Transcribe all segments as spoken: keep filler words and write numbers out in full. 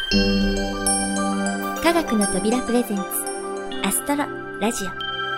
科学の扉プレゼンツアストロラジオ。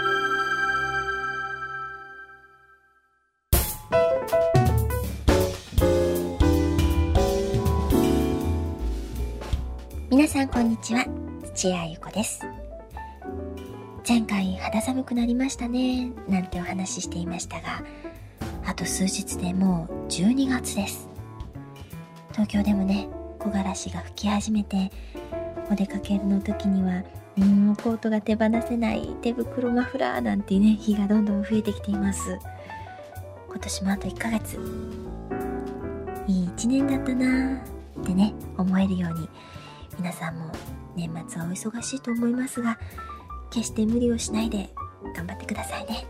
皆さんこんにちは、土屋ゆ子です。前回肌寒くなりましたねなんてお話ししていましたが、あと数日でもうじゅうにがつです。東京でもね、木枯らしが吹き始めて、お出かけの時にはもうコートが手放せない、手袋マフラーなんてね、日がどんどん増えてきています。今年もあといっかげつ、いい一年だったなーってね、思えるように、皆さんも年末はお忙しいと思いますが、決して無理をしないで頑張ってくださいね。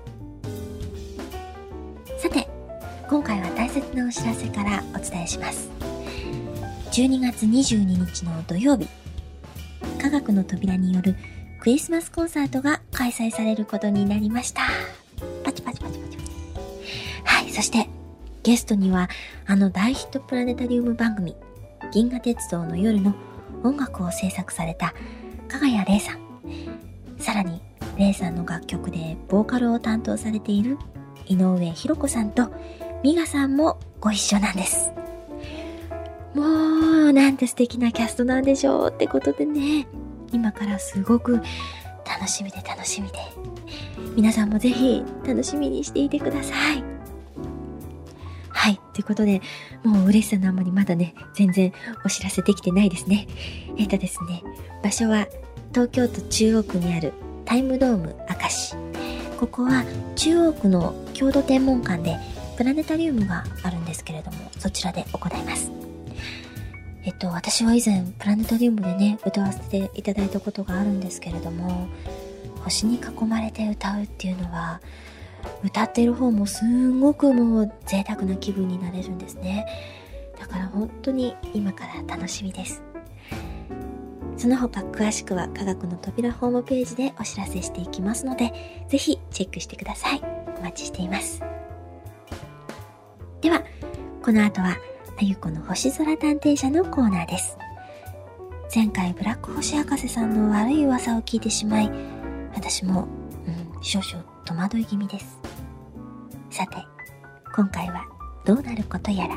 さて、今回は大切なお知らせからお伝えします。じゅうにがつにじゅうににちの土曜日、科学の扉によるクリスマスコンサートが開催されることになりました。パチパチパチパチパチ。はい、そしてゲストにはあの大ヒットプラネタリウム番組銀河鉄道の夜の音楽を制作された加賀谷玲さん、さらに玲さんの楽曲でボーカルを担当されている井上弘子さんと美賀さんもご一緒なんです。もうなんて素敵なキャストなんでしょうってことでね、今からすごく楽しみで楽しみで、皆さんもぜひ楽しみにしていてください。はい、ということで、もう嬉しさのあまりまだね、全然お知らせできてないですね。えっとですね、場所は東京都中央区にあるタイムドーム明石。ここは中央区の郷土天文館でプラネタリウムがあるんですけれども、そちらで行います。えっと、私は以前プラネタリウムでね、歌わせていただいたことがあるんですけれども、星に囲まれて歌うっていうのは、歌っている方もすんごくもう贅沢な気分になれるんですね。だから本当に今から楽しみです。その他詳しくは科学の扉ホームページでお知らせしていきますので、ぜひチェックしてください。お待ちしています。では、この後はあゆこの星空探偵社のコーナーです。前回ブラック星博士さんの悪い噂を聞いてしまい、私も、うん、少々戸惑い気味です。さて、今回はどうなることやら。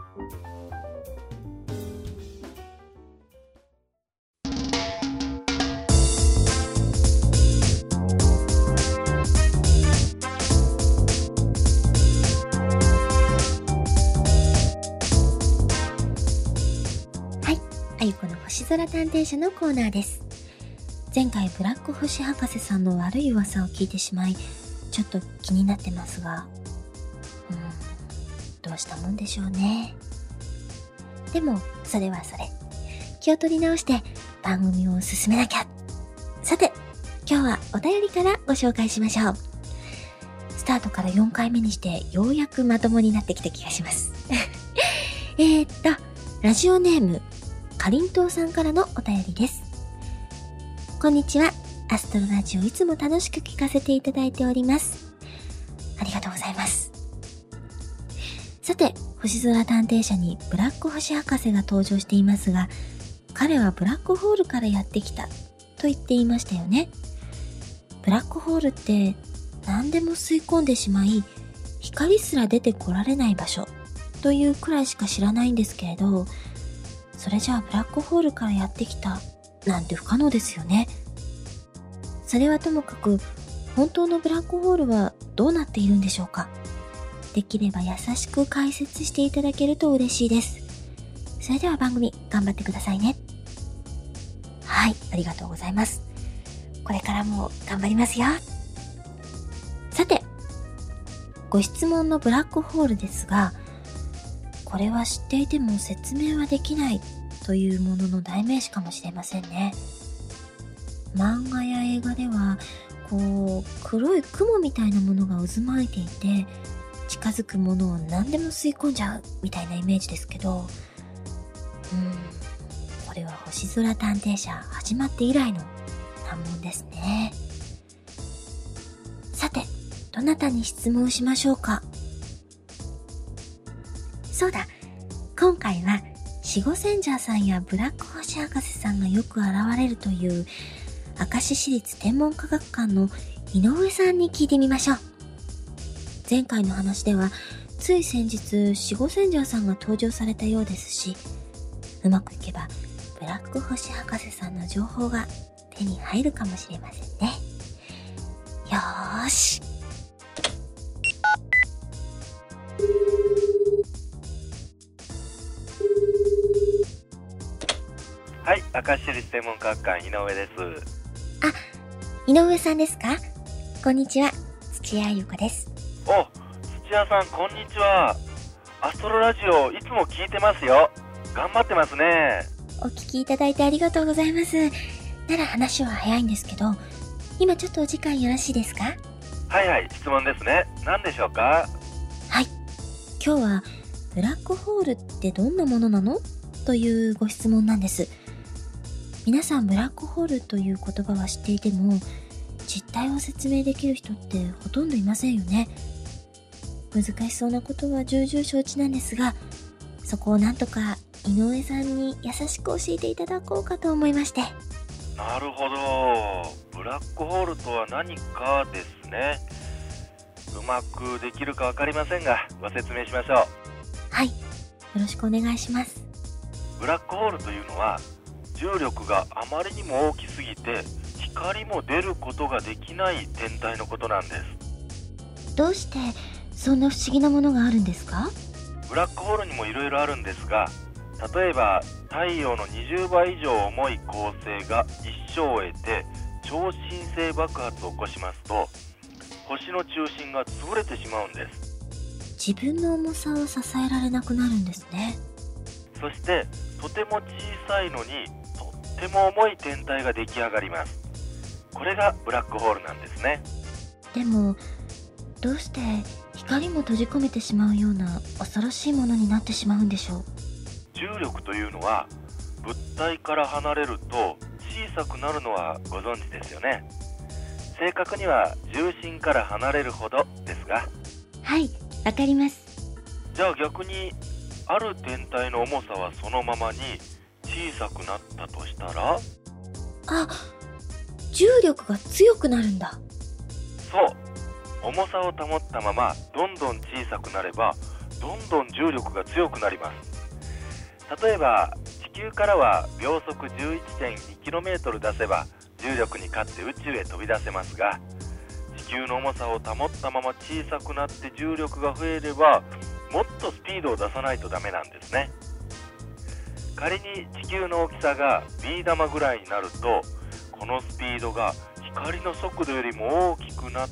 あゆこの星空探偵社のコーナーです。前回ブラック星博士さんの悪い噂を聞いてしまい、ちょっと気になってますが、うーん、どうしたもんでしょうね。でもそれはそれ、気を取り直して番組を進めなきゃ。さて、今日はお便りからご紹介しましょう。スタートからよんかいめにしてようやくまともになってきた気がしますえーっとラジオネームかりんとうさんからのお便りです。こんにちは。アストロラジオいつも楽しく聞かせていただいております。ありがとうございます。さて、星空探偵社にブラック星博士が登場していますが、彼はブラックホールからやってきたと言っていましたよね。ブラックホールって何でも吸い込んでしまい、光すら出てこられない場所というくらいしか知らないんですけれど、それじゃあブラックホールからやってきたなんて不可能ですよね。それはともかく、本当のブラックホールはどうなっているんでしょうか。できれば優しく解説していただけると嬉しいです。それでは番組頑張ってくださいね。はい、ありがとうございます。これからも頑張りますよ。さて、ご質問のブラックホールですが、これは知っていても説明はできないというものの代名詞かもしれませんね。漫画や映画ではこう黒い雲みたいなものが渦巻いていて、近づくものを何でも吸い込んじゃうみたいなイメージですけど、うーんこれは星空探偵社始まって以来の難問ですね。さて、どなたに質問しましょうか。そうだ、今回はシゴセンジャーさんやブラック星星博士さんがよく現れるという明石市立天文科学館の井上さんに聞いてみましょう。前回の話ではつい先日シゴセンジャーさんが登場されたようですし、うまくいけばブラック星博士さんの情報が手に入るかもしれませんね。よーし。 はい、明石市立天文科学館井上です。 あ、井上さんですか？こんにちは、土屋ゆ子です。 お、土屋さんこんにちは。アストロラジオいつも聞いてますよ。頑張ってますね。 お聞きいただいてありがとうございます。なら話は早いんですけど、今ちょっとお時間よろしいですか？ はいはい、質問ですね。何でしょうか？ はい。今日はブラックホールってどんなものなの？というご質問なんです。皆さんブラックホールという言葉は知っていても、実態を説明できる人ってほとんどいませんよね。難しそうなことは重々承知なんですが、そこをなんとか井上さんに優しく教えていただこうかと思いまして。 なるほど。ブラックホールとは何かですね。うまくできるかわかりませんが、ご説明しましょう。 はい。よろしくお願いします。 ブラックホールというのは、重力があまりにも大きすぎて光も出ることができない天体のことなんです。 どうしてそんな不思議なものがあるんですか？ ブラックホールにもいろいろあるんですが、例えば太陽のにじゅうばい以上重い恒星が一生を得て超新星爆発を起こしますと、星の中心が潰れてしまうんです。 自分の重さを支えられなくなるんですね。 そしてとても小さいのにとっても重い天体が出来上がります。これがブラックホールなんですね。 でもどうして光も閉じ込めてしまうような恐ろしいものになってしまうんでしょう？ 重力というのは物体から離れると小さくなるのはご存知ですよね。正確には重心から離れるほどですが。 はい、わかります。 じゃあ逆にある天体の重さはそのままに小さくなったとしたら、 あ、重力が強くなるんだ。 そう、重さを保ったままどんどん小さくなればどんどん重力が強くなります。例えば地球からは秒速 じゅういってんにキロメートル 出せば重力に勝って宇宙へ飛び出せますが、地球の重さを保ったまま小さくなって重力が増えればもっとスピードを出さないとダメなんですね。仮に地球の大きさがビー玉ぐらいになると、このスピードが光の速度よりも大きくなって、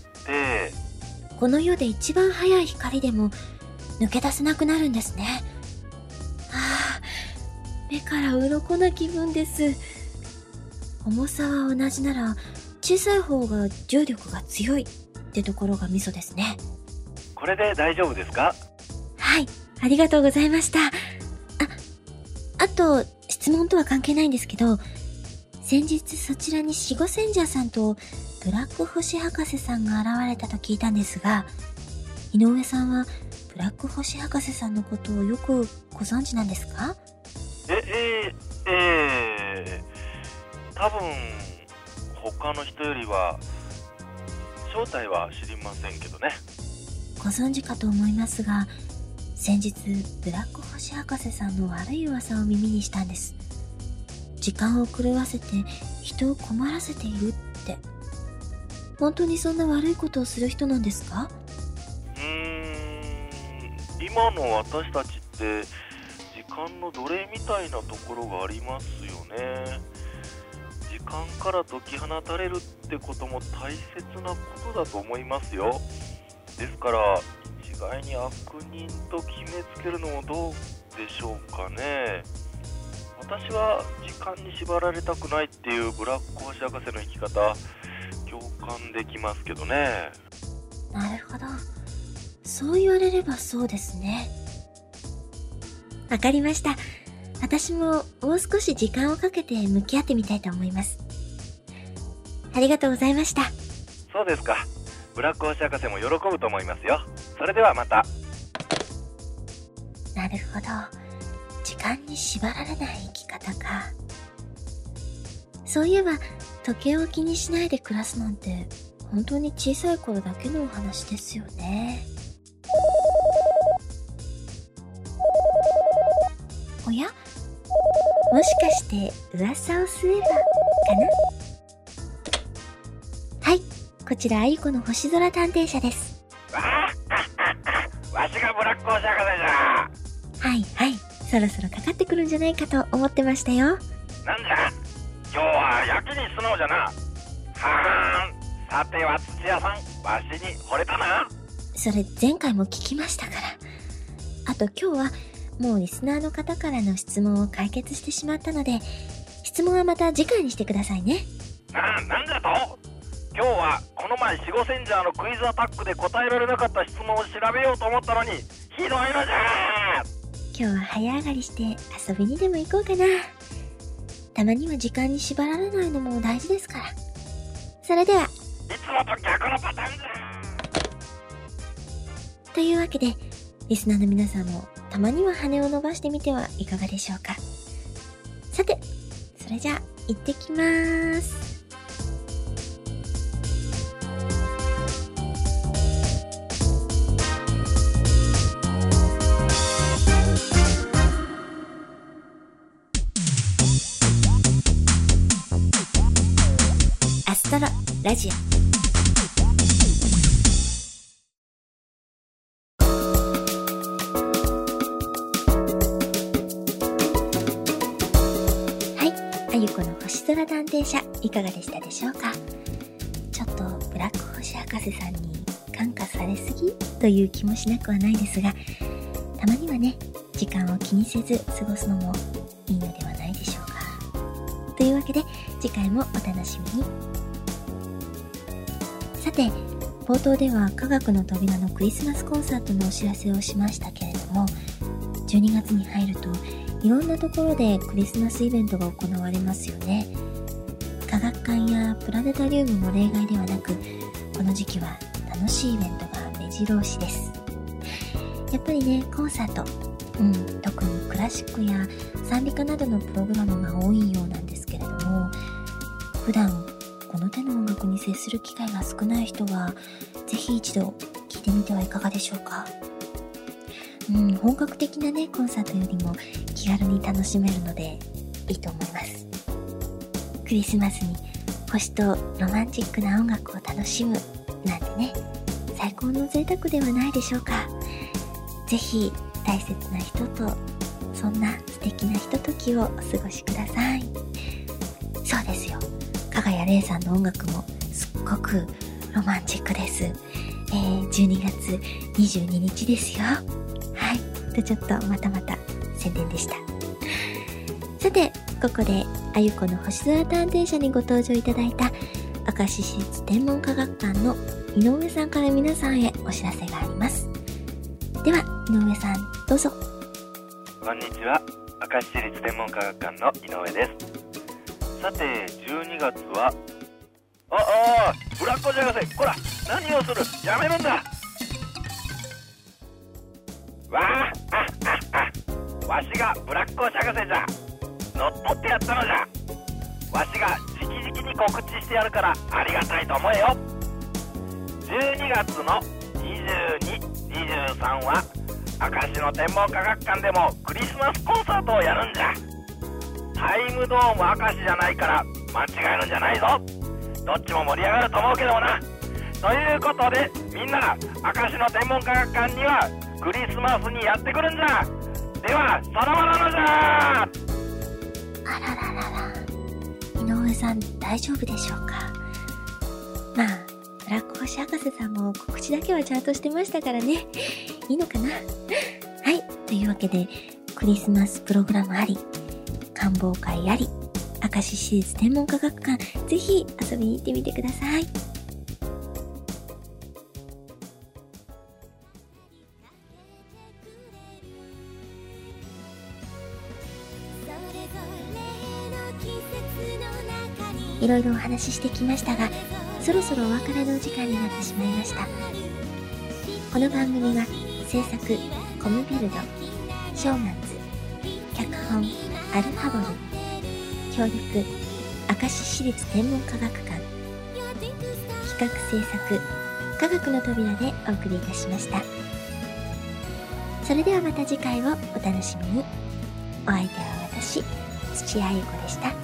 この世で一番速い光でも抜け出せなくなるんですね。ああ、目から鱗な気分です。重さは同じなら小さい方が重力が強いってところがミソですね。 これで大丈夫ですか？ はい、ありがとうございました。あ、あと質問とは関係ないんですけど、先日そちらにシゴセンジャーさんとブラック星博士さんが現れたと聞いたんですが、井上さんはブラック星博士さんのことをよくご存知なんですか？ え、えー、えー、多分他の人よりは正体は知りませんけどね。 ご存知かと思いますが、先日ブラック星博士さんの悪い噂を耳にしたんです。時間を狂わせて人を困らせているって。本当にそんな悪いことをする人なんですか？ うーん、今の私たちって時間の奴隷みたいなところがありますよね。時間から解き放たれるってことも大切なことだと思いますよ。ですから一概に悪人と決めつけるのもどうでしょうかね。私は時間に縛られたくないっていうブラック星博士の生き方、共感できますけどね。 なるほど。そう言われればそうですね。わかりました。私ももう少し時間をかけて向き合ってみたいと思います。ありがとうございました。 そうですか。ブラック星博士も喜ぶと思いますよ。それではまた。 なるほど。時間に縛られない生き方か。 そういえば、時計を気にしないで暮らすなんて、本当に小さい頃だけのお話ですよね。おや？もしかして噂をすればかな？はい、こちらあゆこの星空探偵社です。 わあ、わしがブラック星博士じゃ。 はいはい、そろそろかかってくるんじゃないかと思ってましたよ。 なんじゃ、今日はやけに素直じゃな。はーん、さては土屋さん、わしに惚れたな。 それ前回も聞きましたから。あと今日はもうリスナーの方からの質問を解決してしまったので、質問はまた次回にしてくださいね。 な、なんだと？今日はこの前シゴセンジャーのクイズアタックで答えられなかった質問を調べようと思ったのに、ひどいのじゃ。 今日は早上がりして遊びにでも行こうかな。たまには時間に縛られないのも大事ですから。それでは。 いつもと逆のパターンじゃ。 というわけで、リスナーの皆さんもたまには羽を伸ばしてみてはいかがでしょうか。さて、それじゃあ行ってきまーす。アストロラジオ。あゆこの星空探偵社、いかがでしたでしょうか。ちょっとブラック星博士さんに感化されすぎという気もしなくはないですが、たまにはね、時間を気にせず過ごすのもいいのではないでしょうか。というわけで次回もお楽しみに。さて、冒頭では科学の扉のクリスマスコンサートのお知らせをしましたけれども、じゅうにがつに入るといろんなところでクリスマスイベントが行われますよね。科学館やプラネタリウムも例外ではなく、この時期は楽しいイベントが目白押しです。やっぱりね、コンサート、うん、特にクラシックや賛美歌などのプログラムが多いようなんですけれども、普段この手の音楽に接する機会が少ない人は、ぜひ一度聴いてみてはいかがでしょうか。うん、本格的なね、コンサートよりも気軽に楽しめるのでいいと思います。クリスマスに星とロマンチックな音楽を楽しむなんてね、最高の贅沢ではないでしょうか。ぜひ大切な人とそんな素敵なひとときをお過ごしください。そうですよ、加賀谷玲さんの音楽もすっごくロマンチックです。えー、じゅうにがつにじゅうににちですよ。はい、とちょっとまたまた宣伝でした。さて、ここであゆこの星空探偵社にご登場いただいた明石市立天文科学館の井上さんから皆さんへお知らせがあります。では井上さん、どうぞ。 こんにちは、明石市立天文科学館の井上です。さて、じゅうにがつはああーブラック星博士、こら何をする、やめるんだ。わああああわしがブラック星博士じゃ。乗っ取ってやったのじゃ。わしが直々に告知してやるからありがたいと思えよ。じゅうにがつのにじゅうに、にじゅうさんは明石の天文科学館でもクリスマスコンサートをやるんじゃ。タイムドーム明石じゃないから間違えるんじゃないぞ。どっちも盛り上がると思うけどもな。ということでみんな、明石の天文科学館にはクリスマスにやってくるんじゃ。ではさらばなのじゃ。 あらららら、井上さん大丈夫でしょうか。まあブラック星博士さんも告知だけはちゃんとしてましたからね、いいのかな。はい、というわけでクリスマスプログラムあり、観望会あり、明石市立天文科学館、ぜひ遊びに行ってみてください。いろいろお話ししてきましたが、そろそろお別れの時間になってしまいました。この番組は制作コムビルド、ショーマンズ、脚本アルファボル、協力明石市立天文科学館、企画制作科学の扉でお送りいたしました。それではまた次回をお楽しみに。お相手は私、土屋ゆ子でした。